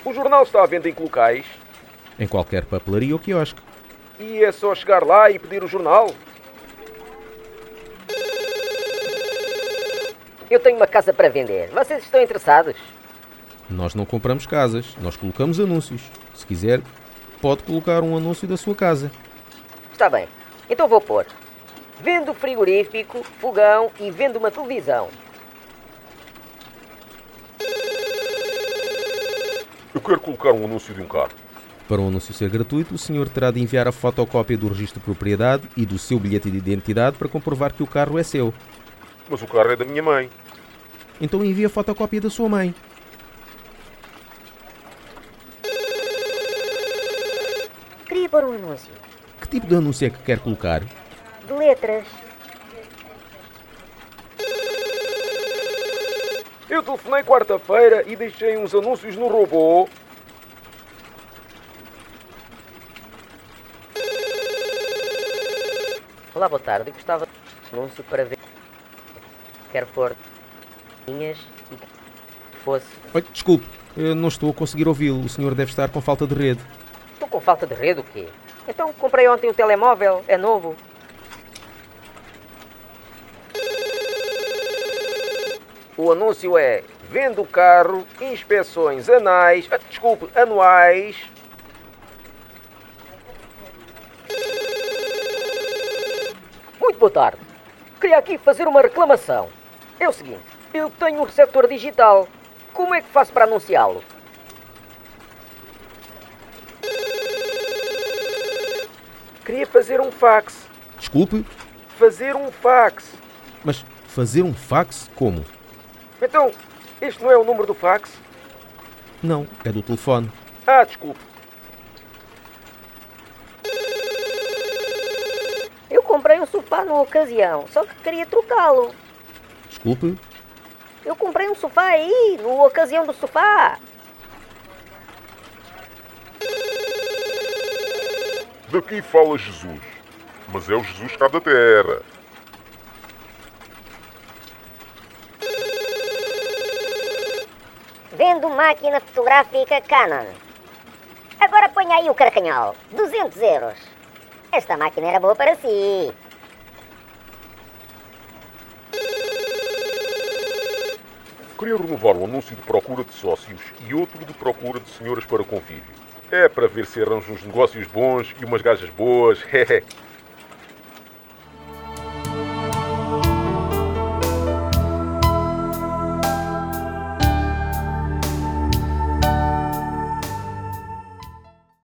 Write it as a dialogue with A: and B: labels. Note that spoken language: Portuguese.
A: O jornal está à venda em que locais?
B: Em qualquer papelaria ou quiosque.
A: E é só chegar lá e pedir o jornal?
C: Eu tenho uma casa para vender. Vocês estão interessados?
B: Nós não compramos casas, nós colocamos anúncios. Se quiser, pode colocar um anúncio da sua casa.
C: Está bem. Então vou pôr. Vendo frigorífico, fogão e vendo uma televisão.
A: Eu quero colocar um anúncio de um carro.
B: Para o anúncio ser gratuito, o senhor terá de enviar a fotocópia do registro de propriedade e do seu bilhete de identidade para comprovar que o carro é seu.
A: Mas o carro é da minha mãe.
B: Então envie a fotocópia da sua mãe.
D: Queria pôr um anúncio.
B: Que tipo de anúncio é que quer colocar?
D: De letras.
A: Eu telefonei quarta-feira e deixei uns anúncios no robô.
C: Olá, boa tarde. Eu gostava de um anúncio para ver. Quero pôr linhas e que fosse.
B: Oi, desculpe, eu não estou a conseguir ouvi-lo. O senhor deve estar com falta de rede.
C: Estou com falta de rede o quê? Então comprei ontem um telemóvel. É novo.
A: O anúncio é: vendo o carro, inspeções anuais.
C: Muito boa tarde. Queria aqui fazer uma reclamação. É o seguinte, eu tenho um receptor digital. Como é que faço para anunciá-lo?
A: Queria fazer um fax.
B: Desculpe,
A: Fazer um fax.
B: mas fazer um fax como?
A: Então, este não é o número do fax?
B: Não, é do telefone.
A: Ah, desculpe.
D: Eu comprei um sofá numa ocasião, só que queria trocá-lo.
B: Desculpe,
D: Eu comprei um sofá aí, numa ocasião do sofá.
E: Daqui fala Jesus, mas é o Jesus cá da terra.
D: Vendo máquina fotográfica Canon. Agora ponha aí o carcanhol. 200 euros. Esta máquina era boa para si.
E: Queria renovar um anúncio de procura de sócios e outro de procura de senhoras para convívio. É para ver se arranjo uns negócios bons e umas gajas boas.